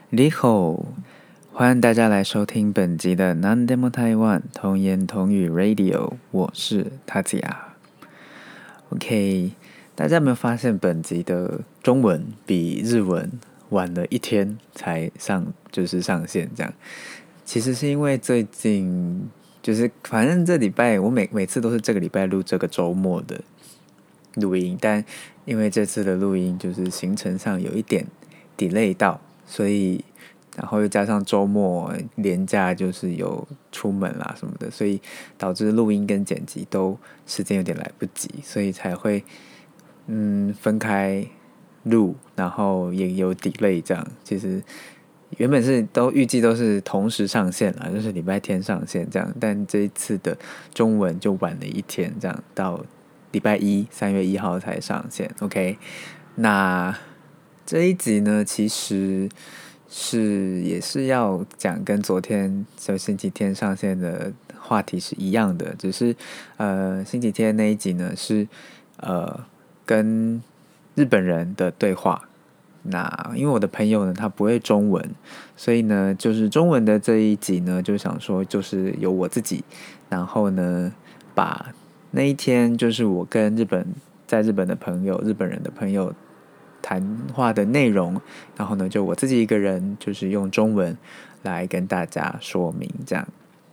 你好，欢迎大家来收听本集的何でも台湾童言童语 Radio， 我是塔子雅。OK， 大家有没有发现本集的中文比日文晚了一天才上线这样？其实是因为最近反正这礼拜我每次都是这个礼拜录这个周末的录音，但因为这次的录音就是行程上有一点 delay 到，所以然后又加上周末连假就是有出门啦什么的，所以导致录音跟剪辑都时间有点来不及，所以才会分开录，然后也有 delay 这样。其实原本是预计都是同时上线啦，就是礼拜天上线这样，但这一次的中文就晚了一天，这样到礼拜一3月1号才上线。OK， 那这一集呢，其实也是要讲跟昨天就星期天上线的话题是一样的，只是星期天那一集呢是跟日本人的对话。那因为我的朋友呢他不会中文，所以呢就是中文的这一集呢就想说就是由我自己，然后呢把那一天就是我跟在日本的朋友日本人的朋友谈话的内容，然后呢就我自己一个人就是用中文来跟大家说明这样。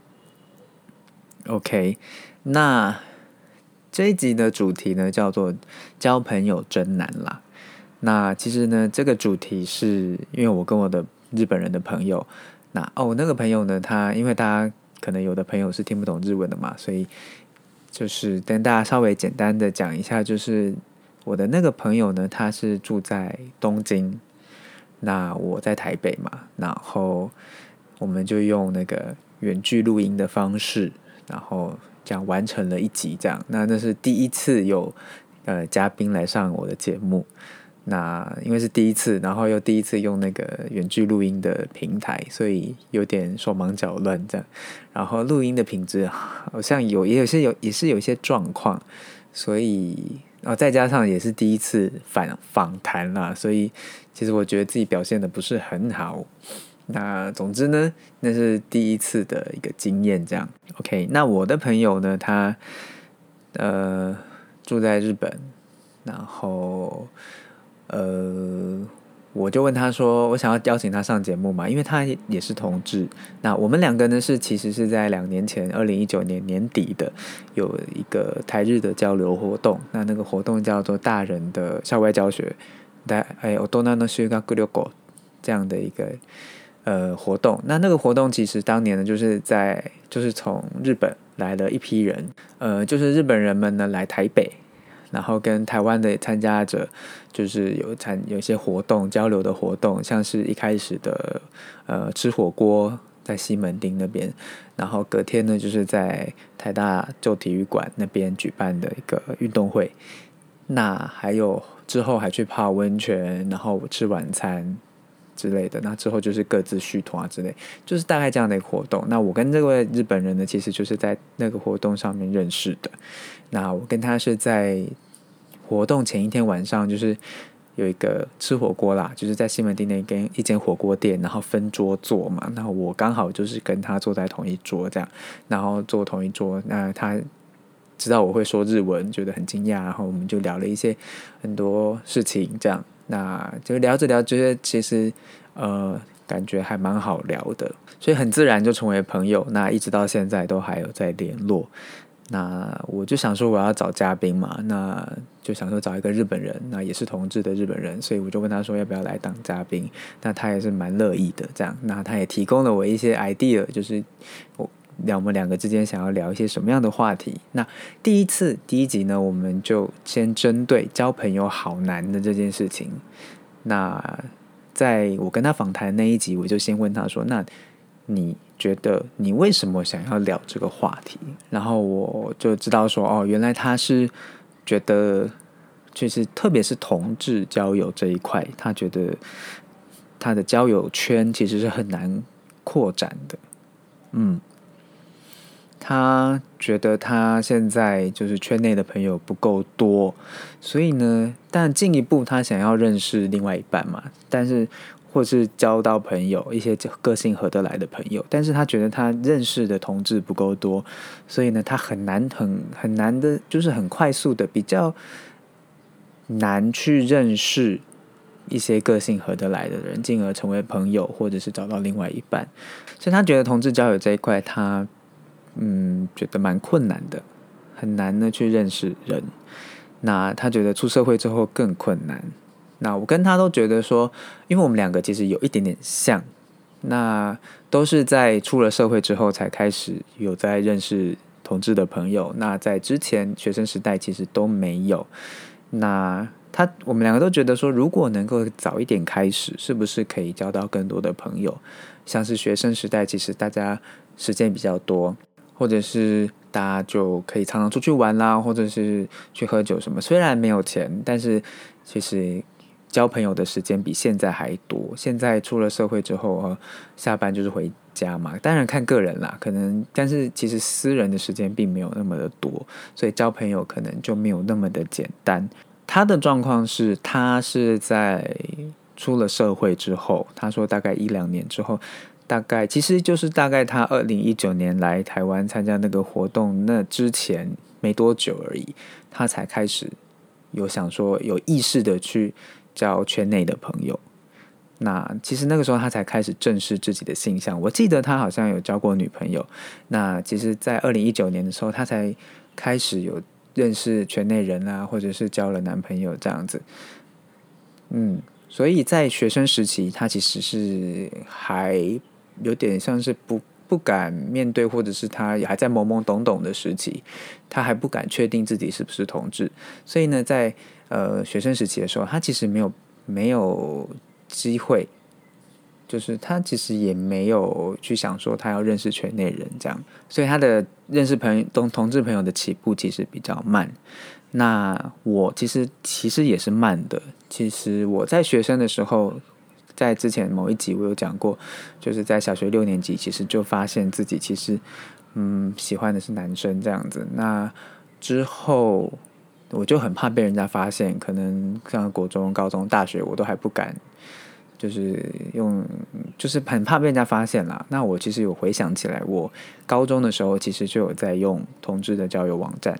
OK， 那这一集的主题呢叫做交朋友真难啦。那其实呢这个主题是因为我跟我的日本人的朋友，那个朋友呢因为大家可能有的朋友是听不懂日文的嘛，所以就是跟大家稍微简单的讲一下，就是我的那个朋友呢他是住在东京，那我在台北嘛，然后我们就用那个远距录音的方式，然后这样完成了一集这样。那是第一次有嘉宾来上我的节目，那因为是第一次，然后又第一次用那个远距录音的平台，所以有点手忙脚乱这样。然后录音的品质好像也是有一些状况，所以再加上也是第一次访谈啦，所以其实我觉得自己表现的不是很好。那总之呢，那是第一次的一个经验这样。 OK， 那我的朋友呢他住在日本，然后我就问他说我想要邀请他上节目嘛，因为他也是同志。那我们两个呢其实是在2年前2019年年底的有一个台日的交流活动，那个活动叫做大人的校外教学大人の修学旅行这样的一个活动。那个活动其实当年呢就是从日本来了一批人，就是日本人们呢来台北，然后跟台湾的参加者就是有一些活动交流的活动，像是一开始的吃火锅在西门町那边，然后隔天呢就是在台大旧体育馆那边举办的一个运动会，那还有之后还去泡温泉，然后吃晚餐之类的，那之后就是各自续团之类，就是大概这样的一个活动。那我跟这位日本人呢其实就是在那个活动上面认识的。那我跟他是在活动前一天晚上就是有一个吃火锅啦，就是在西门町那一间火锅店，然后分桌坐嘛，然后我刚好就是跟他坐在同一桌这样，然后坐同一桌，那他知道我会说日文，觉得很惊讶，然后我们就聊了一些很多事情这样。那就聊着聊着其实感觉还蛮好聊的，所以很自然就成为朋友，那一直到现在都还有在联络。那我就想说我要找嘉宾嘛，那就想说找一个日本人，那也是同志的日本人，所以我就问他说要不要来当嘉宾，那他也是蛮乐意的这样。那他也提供了我一些 idea， 就是我们两个之间想要聊一些什么样的话题。那第一集呢，我们就先针对交朋友好难的这件事情，那在我跟他访谈那一集，我就先问他说那你觉得你为什么想要聊这个话题？然后我就知道说原来他是觉得就是特别是同志交友这一块，他觉得他的交友圈其实是很难扩展的。他觉得他现在就是圈内的朋友不够多，所以呢但进一步他想要认识另外一半嘛，但是或是交到朋友，一些个性合得来的朋友，但是他觉得他认识的同志不够多，所以呢，他很难的，就是很快速的，比较难去认识一些个性合得来的人，进而成为朋友，或者是找到另外一半。所以他觉得同志交友这一块，他觉得蛮困难的，很难的去认识人。那他觉得出社会之后更困难。那我跟他都觉得说，因为我们两个其实有一点点像，那都是在出了社会之后才开始有在认识同志的朋友。那在之前学生时代其实都没有。那我们两个都觉得说，如果能够早一点开始，是不是可以交到更多的朋友？像是学生时代，其实大家时间比较多，或者是大家就可以常常出去玩啦，或者是去喝酒什么。虽然没有钱，但是其实交朋友的时间比现在还多。现在出了社会之后，下班就是回家嘛，当然看个人啦，可能，但是其实私人的时间并没有那么的多，所以交朋友可能就没有那么的简单。他的状况是，他是在出了社会之后，他说大概1-2年之后，其实就是大概他2019年来台湾参加那个活动那之前没多久而已，他才开始有想说有意识的去交圈内的朋友。那其实那个时候他才开始正视自己的性向。我记得他好像有交过女朋友。那其实在2019年的时候，他才开始有认识圈内人啊，或者是交了男朋友这样子。所以在学生时期，他其实是还有点像是不敢面对，或者是他也还在懵懵懂懂的时期，他还不敢确定自己是不是同志。所以呢，在学生时期的时候，他其实没有机会，就是他其实也没有去想说他要认识圈内人这样，所以他的认识同志朋友的起步其实比较慢。那我其实也是慢的。其实我在学生的时候，在之前某一集我有讲过，就是在小学6年级，其实就发现自己其实喜欢的是男生这样子。那之后我就很怕被人家发现，可能像国中、高中、大学我都还不敢，就是很怕被人家发现啦。那我其实有回想起来，我高中的时候其实就有在用同志的交友网站。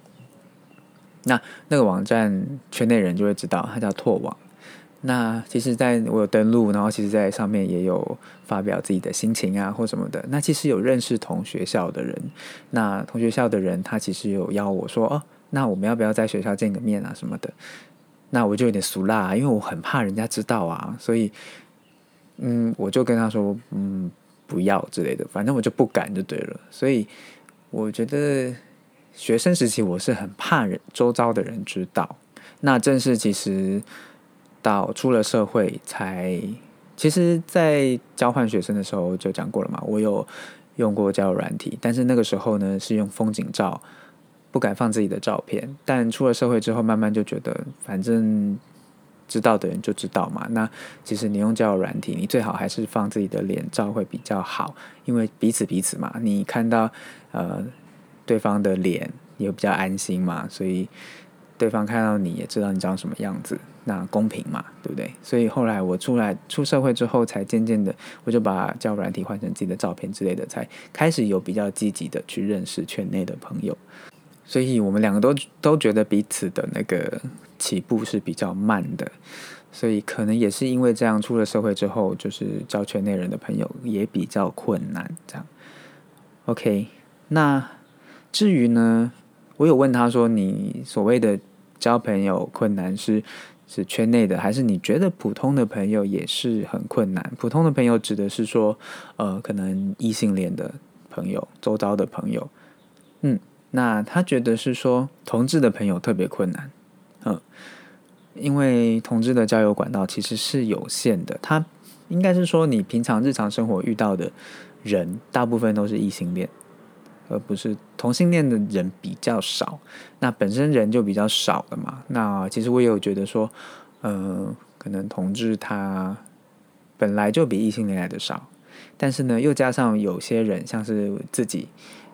那个网站圈内人就会知道，它叫拓网。那其实我有登录，然后其实在上面也有发表自己的心情啊或什么的。那其实有认识同学校的人，那同学校的人他其实有邀我说，那我们要不要在学校见个面啊什么的。那我就有点俗辣，因为我很怕人家知道啊，所以我就跟他说不要之类的，反正我就不敢就对了。所以我觉得学生时期我是很怕周遭的人知道。那正是其实到出了社会其实在交换学生的时候就讲过了嘛，我有用过交友软体，但是那个时候呢是用风景照，不敢放自己的照片。但出了社会之后，慢慢就觉得反正知道的人就知道嘛。那其实你用交友软体，你最好还是放自己的脸照会比较好，因为彼此嘛，你看到对方的脸也比较安心嘛，所以对方看到你也知道你长什么样子，那公平嘛，对不对？所以后来我出社会之后，才渐渐的我就把交友软体换成自己的照片之类的，才开始有比较积极的去认识圈内的朋友。所以我们两个都觉得彼此的那个起步是比较慢的，所以可能也是因为这样，出了社会之后，就是交圈内人的朋友也比较困难这样。OK， 那至于呢，我有问他说，你所谓的交朋友困难是圈内的，还是你觉得普通的朋友也是很困难？普通的朋友指的是说可能异性恋的朋友，周遭的朋友。那他觉得是说同志的朋友特别困难。因为同志的交友管道其实是有限的，他应该是说你平常日常生活遇到的人大部分都是异性恋，而不是同性恋的人比较少。那本身人就比较少了嘛。那其实我也有觉得说可能同志他本来就比异性恋来的少，但是呢又加上有些人像是自己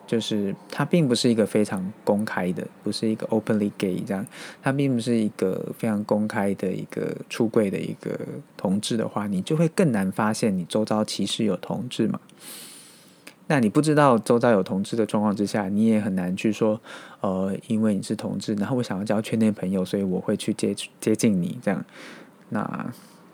就是它并不是一个非常公开的，不是一个 openly gay 这样，它并不是一个非常公开的一个出柜的一个同志的话，你就会更难发现你周遭其实有同志嘛。那你不知道周遭有同志的状况之下，你也很难去说，因为你是同志，然后我想要交圈内朋友，所以我会去接近你这样。那，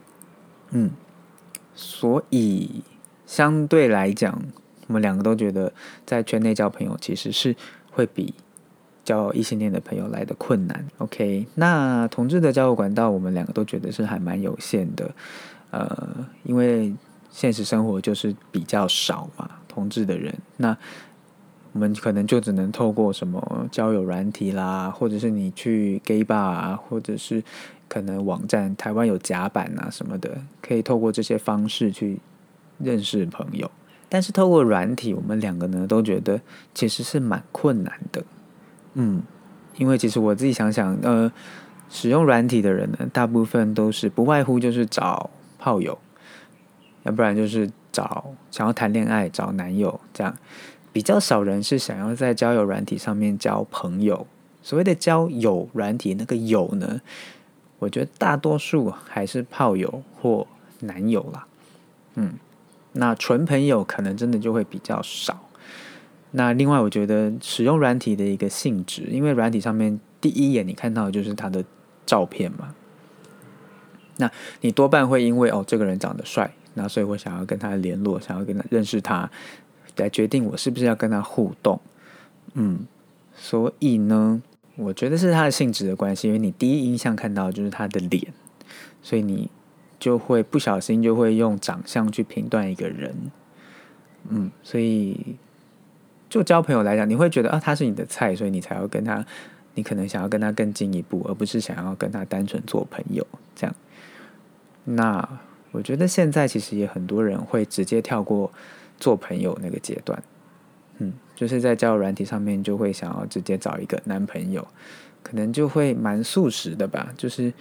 所以相对来讲，我们两个都觉得在圈内交朋友其实是会比交异性恋的朋友来的困难。OK， 那同志的交友管道，我们两个都觉得是还蛮有限的，因为现实生活就是比较少嘛，同志的人，那我们可能就只能透过什么交友软体啦，或者是你去 gay bar 啊，或者是可能网站，台湾有甲板啊什么的，可以透过这些方式去认识朋友。但是透过软体，我们两个呢都觉得其实是蛮困难的。因为其实我自己想想，使用软体的人呢，大部分都是不外乎就是找炮友，要不然就是想要谈恋爱找男友这样，比较少人是想要在交友软体上面交朋友。所谓的交友软体那个友呢，我觉得大多数还是炮友或男友啦。那纯朋友可能真的就会比较少。那另外我觉得使用软体的一个性质，因为软体上面第一眼你看到的就是他的照片嘛，那你多半会因为这个人长得帅，那所以我想要跟他联络，想要跟他认识他，来决定我是不是要跟他互动。所以呢，我觉得是他的性质的关系，因为你第一印象看到的就是他的脸，所以你就会不小心就会用长相去评断一个人。所以就交朋友来讲，你会觉得他是你的菜，所以你才要跟他，你可能想要跟他更进一步，而不是想要跟他单纯做朋友这样。那我觉得现在其实也很多人会直接跳过做朋友那个阶段，就是在交友软体上面就会想要直接找一个男朋友，可能就会蛮速食的吧，就是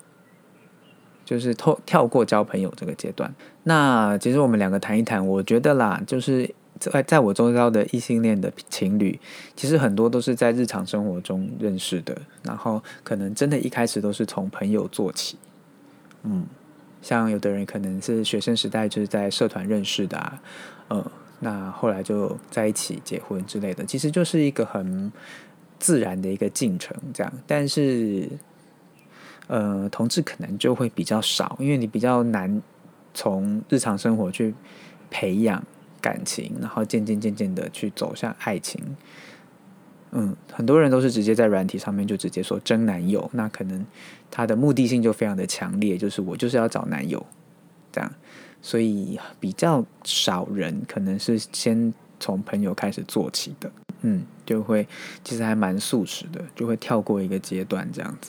跳过交朋友这个阶段。那其实我们两个谈一谈，我觉得啦，就是在我周遭的异性恋的情侣，其实很多都是在日常生活中认识的，然后可能真的一开始都是从朋友做起。像有的人可能是学生时代就是在社团认识的那后来就在一起结婚之类的，其实就是一个很自然的一个进程这样。但是同志可能就会比较少，因为你比较难从日常生活去培养感情，然后渐渐的去走向爱情。很多人都是直接在软体上面就直接说真男友，那可能他的目的性就非常的强烈，就是我就是要找男友这样，所以比较少人可能是先从朋友开始做起的，就会其实还蛮速食的，就会跳过一个阶段这样子。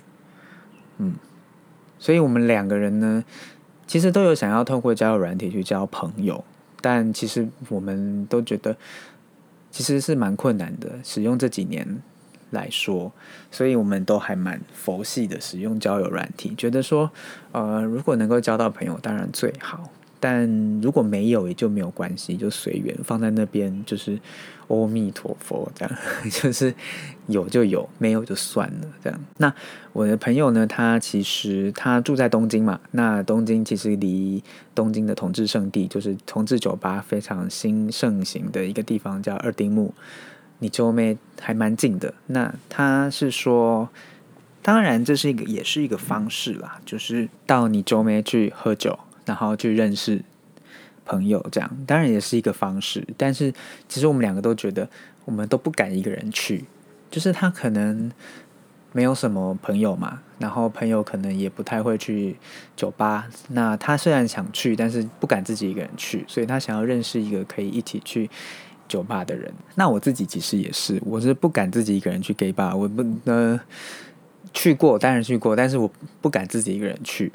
所以我们两个人呢，其实都有想要透过交友软体去交朋友，但其实我们都觉得其实是蛮困难的，使用这几年来说，所以我们都还蛮佛系的使用交友软体，觉得说如果能够交到朋友当然最好，但如果没有也就没有关系，就随缘放在那边，就是阿弥陀佛这样，就是有就有，没有就算了这样。那我的朋友呢，他其实他住在东京嘛，那东京其实离东京的同志圣地，就是同志酒吧非常盛行的一个地方叫二丁目，你周妹还蛮近的。那他是说，当然这是也是一个方式啦，就是到你周妹去喝酒，然后去认识朋友，这样当然也是一个方式。但是其实我们两个都觉得，我们都不敢一个人去，就是他可能没有什么朋友嘛，然后朋友可能也不太会去酒吧。那他虽然想去，但是不敢自己一个人去，所以他想要认识一个可以一起去酒吧的人。那我自己其实也是，我是不敢自己一个人去 gay bar， 我不去过，当然去过，但是我不敢自己一个人去。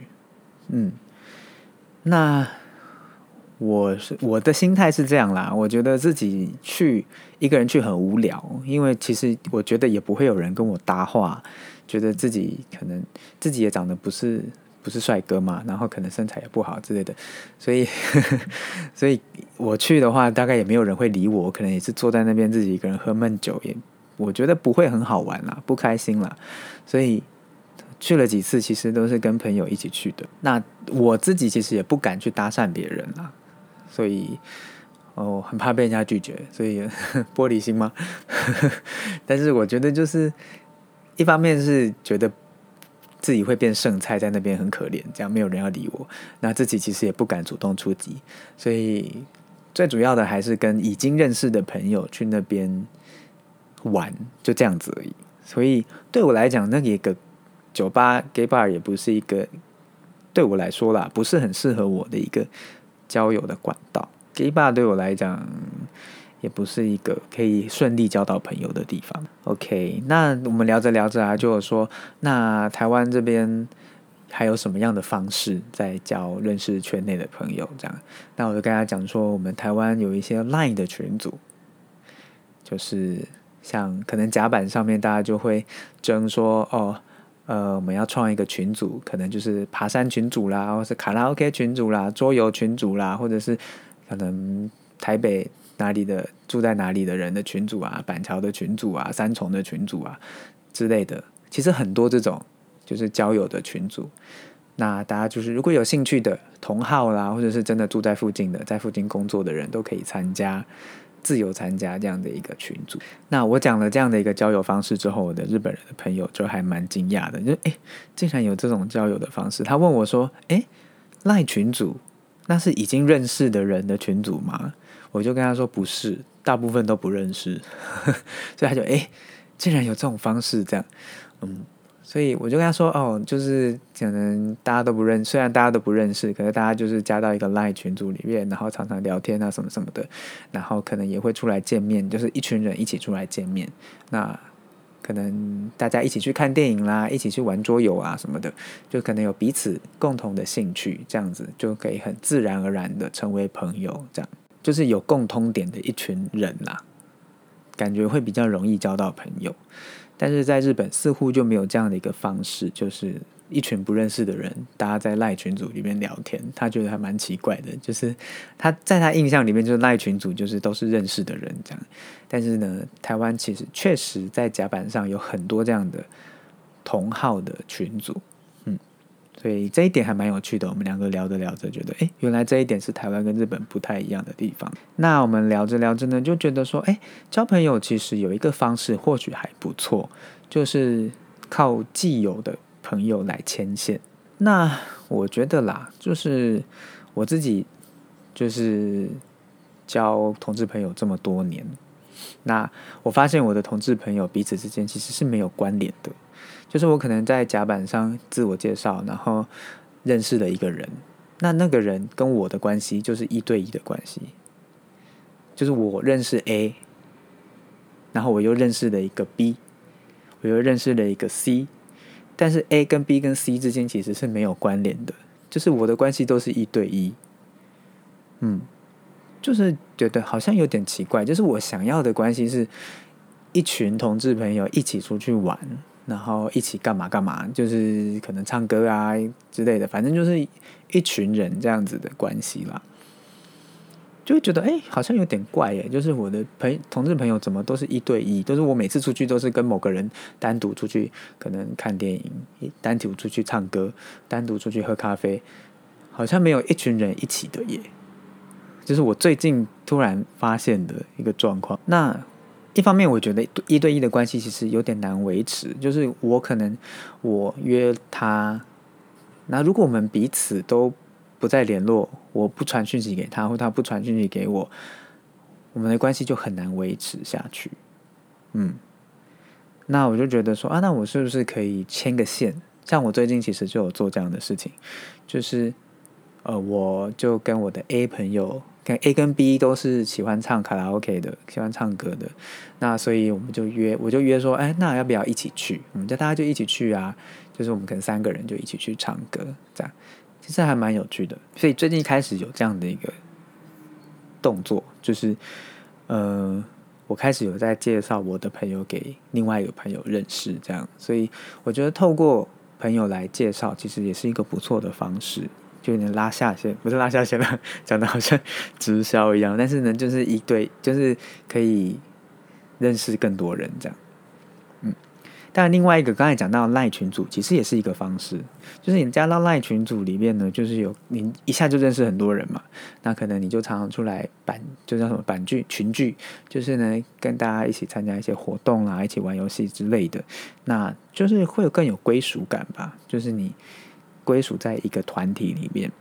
那我的心态是这样啦，我觉得自己一个人去很无聊，因为其实我觉得也不会有人跟我搭话，觉得自己可能自己也长得不是不是帅哥嘛，然后可能身材也不好之类的，所以所以我去的话，大概也没有人会理我，可能也是坐在那边自己一个人喝闷酒，也我觉得不会很好玩啦，不开心啦，所以去了几次，其实都是跟朋友一起去的。那我自己其实也不敢去搭讪别人啦，所以很怕被人家拒绝，所以玻璃心吗？但是我觉得就是一方面是觉得自己会变剩菜，在那边很可怜，这样没有人要理我。那自己其实也不敢主动出击，所以最主要的还是跟已经认识的朋友去那边玩，就这样子而已。所以对我来讲，那一个酒吧 gay bar 也不是一个对我来说啦，不是很适合我的一个交友的管道。gay bar 对我来讲也不是一个可以顺利交到朋友的地方。OK， 那我们聊着聊着就有说，那台湾这边还有什么样的方式在交认识圈内的朋友？这样，那我就跟他讲说，我们台湾有一些 LINE 的群组，就是像可能甲板上面大家就会争说我们要创一个群组，可能就是爬山群组啦，或是卡拉 OK 群组啦，桌游群组啦，或者是可能台北哪里的住在哪里的人的群组啊，板桥的群组啊，三重的群组啊之类的，其实很多这种就是交友的群组。那大家就是如果有兴趣的同好啦，或者是真的住在附近的，在附近工作的人都可以参加，自由参加这样的一个群组。那我讲了这样的一个交友方式之后，我的日本人的朋友就还蛮惊讶的，就竟然有这种交友的方式。他问我说LINE 群组那是已经认识的人的群组吗？我就跟他说不是，大部分都不认识所以他就竟然有这种方式这样。所以我就跟他说就是可能大家都不认识，虽然大家都不认识，可是大家就是加到一个 LINE 群组里面，然后常常聊天啊什么什么的，然后可能也会出来见面，就是一群人一起出来见面，那可能大家一起去看电影啦，一起去玩桌游啊什么的，就可能有彼此共同的兴趣，这样子就可以很自然而然的成为朋友，这样就是有共通点的一群人啦，感觉会比较容易交到朋友。但是在日本似乎就没有这样的一个方式，就是一群不认识的人大家在LINE群组里面聊天，他觉得还蛮奇怪的，就是他在他印象里面就是LINE群组就是都是认识的人这样。但是呢，台湾其实确实在甲板上有很多这样的同好的群组，所以这一点还蛮有趣的。我们两个聊着聊着觉得原来这一点是台湾跟日本不太一样的地方。那我们聊着聊着呢，就觉得说交朋友其实有一个方式或许还不错，就是靠既有的朋友来牵线。那我觉得啦，就是我自己就是交同志朋友这么多年，那我发现我的同志朋友彼此之间其实是没有关联的。就是我可能在甲板上自我介绍，然后认识了一个人，那个人跟我的关系就是1对1的关系，就是我认识 A， 然后我又认识了一个 B， 我又认识了一个 C， 但是 A 跟 B 跟 C 之间其实是没有关联的，就是我的关系都是1对1。就是觉得好像有点奇怪，就是我想要的关系是一群同志朋友一起出去玩，然后一起干嘛干嘛，就是可能唱歌啊之类的，反正就是一群人这样子的关系啦。就会觉得好像有点怪就是我的同志朋友怎么都是1对1，都是我每次出去都是跟某个人单独出去，可能看电影，单独出去唱歌，单独出去喝咖啡，好像没有一群人一起的耶。就是我最近突然发现的一个状况。那一方面我觉得1对1的关系其实有点难维持，就是我约他，那如果我们彼此都不再联络，我不传讯息给他，或他不传讯息给我，我们的关系就很难维持下去。那我就觉得说那我是不是可以牵个线？像我最近其实就有做这样的事情，就是我就跟我的 A 朋友，A 跟 B 都是喜欢唱卡拉 OK 的，喜欢唱歌的，那所以我就约说那要不要一起去？我们大家就一起去啊，就是我们可能3个人就一起去唱歌，这样其实还蛮有趣的。所以最近开始有这样的一个动作，就是我开始有在介绍我的朋友给另外一个朋友认识，这样。所以我觉得透过朋友来介绍，其实也是一个不错的方式，就能拉下线，不是拉下线了，讲的好像直销一样，但是呢，就是一对，就是可以认识更多人这样。但另外一个刚才讲到赖群组，其实也是一个方式，就是你加到赖群组里面呢，就是有你一下就认识很多人嘛，那可能你就常常出来就叫什么群聚，就是呢跟大家一起参加一些活动啦，一起玩游戏之类的，那就是会更有归属感吧，就是你归属在一个团体里面，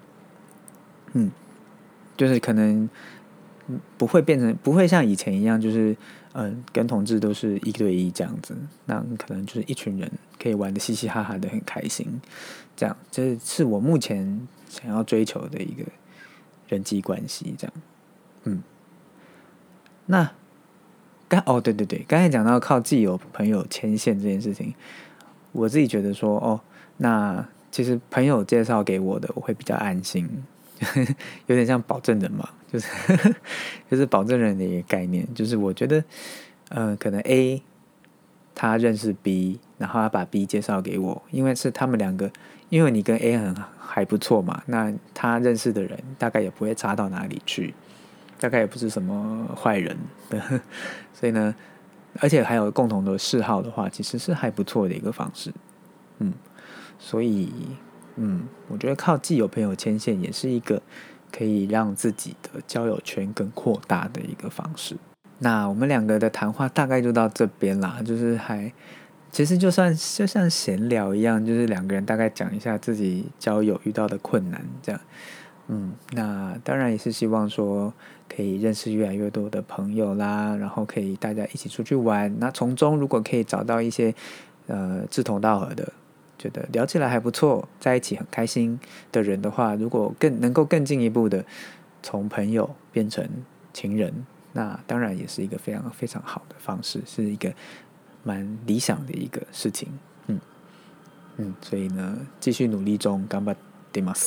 就是可能不会像以前一样，就是跟同志都是一对一这样子，那可能就是一群人可以玩得嘻嘻哈哈的很开心，这样这是我目前想要追求的一个人际关系，这样。那对，刚才讲到靠既有朋友牵线这件事情，我自己觉得说那其实朋友介绍给我的，我会比较安心，有点像保证人嘛，就是保证人的一个概念，就是我觉得可能 A 他认识 B， 然后他把 B 介绍给我，因为是他们两个，因为你跟 A 还不错嘛，那他认识的人大概也不会差到哪里去，大概也不是什么坏人的，所以呢，而且还有共同的嗜好的话，其实是还不错的一个方式。所以我觉得靠既有朋友牵线也是一个可以让自己的交友圈更扩大的一个方式。那我们两个的谈话大概就到这边啦，就是其实就像闲聊一样，就是两个人大概讲一下自己交友遇到的困难这样。那当然也是希望说可以认识越来越多的朋友啦，然后可以大家一起出去玩，那从中如果可以找到一些志同道合的，觉得聊起来还不错，在一起很开心的人的话，如果能够更进一步的从朋友变成情人，那当然也是一个非常非常好的方式，是一个蛮理想的一个事情。所以呢，继续努力中，頑張ってます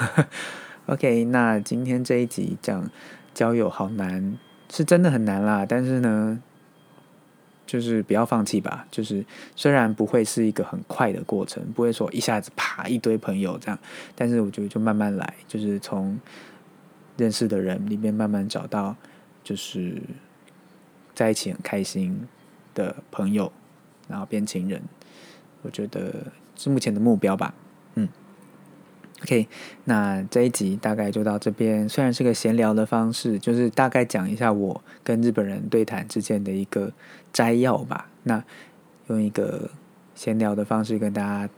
。OK， 那今天这一集讲交友好难，是真的很难啦，但是呢，就是不要放弃吧，就是虽然不会是一个很快的过程，不会说一下子啪一堆朋友这样，但是我觉得就慢慢来，就是从认识的人里面慢慢找到就是在一起很开心的朋友，然后变情人，我觉得是目前的目标吧。OK， 那这一集大概就到这边。虽然是个闲聊的方式，就是大概讲一下我跟日本人对谈之间的一个摘要吧。那用一个闲聊的方式跟大家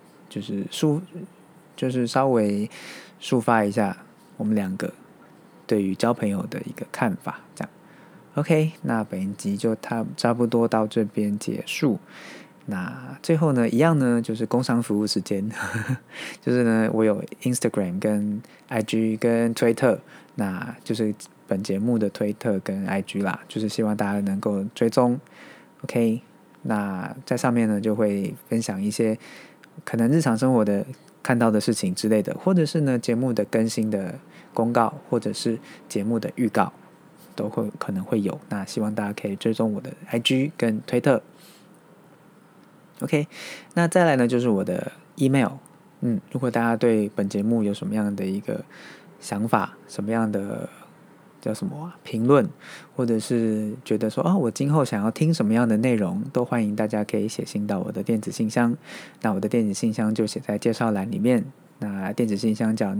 就是稍微抒发一下我们两个对于交朋友的一个看法，这样。OK， 那本集就差不多到这边结束。那最后呢，一样呢，就是工商服务时间，就是呢，我有 Instagram 跟 IG 跟推特，那就是本节目的推特跟 IG 啦，就是希望大家能够追踪。OK， 那在上面呢就会分享一些可能日常生活的看到的事情之类的，或者是呢节目的更新的公告，或者是节目的预告，都可能会有。那希望大家可以追踪我的 IG 跟推特。OK， 那再来呢就是我的 email，如果大家对本节目有什么样的一个想法，什么样的叫什么评论，或者是觉得说我今后想要听什么样的内容，都欢迎大家可以写信到我的电子信箱。那我的电子信箱就写在介绍栏里面，那电子信箱叫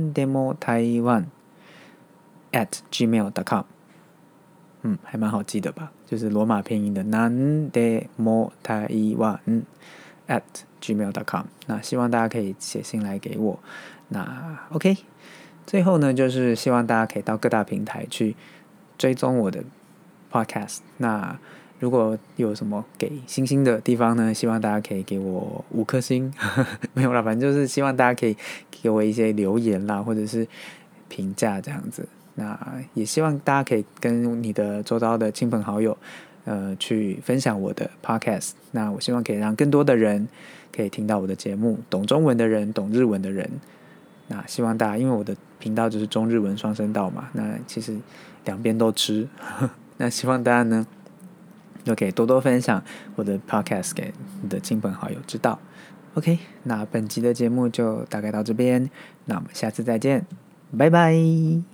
nandemotaiwan@gmail.com，还蛮好记的吧，就是罗马拼音的 nandemotaiwan@gmail.com。 那希望大家可以写信来给我。那 OK， 最后呢就是希望大家可以到各大平台去追踪我的 podcast。 那如果有什么给星星的地方呢，希望大家可以给我5颗星没有啦，反正就是希望大家可以给我一些留言啦，或者是评价这样子。那也希望大家可以跟你的周遭的亲朋好友去分享我的 podcast。 那我希望可以让更多的人可以听到我的节目，懂中文的人，懂日文的人。那希望大家，因为我的频道就是中日文双声道嘛，那其实两边都吃那希望大家呢就可以多多分享我的 podcast 给你的亲朋好友知道。 OK，那本集的节目就大概到这边，那我们下次再见，拜拜。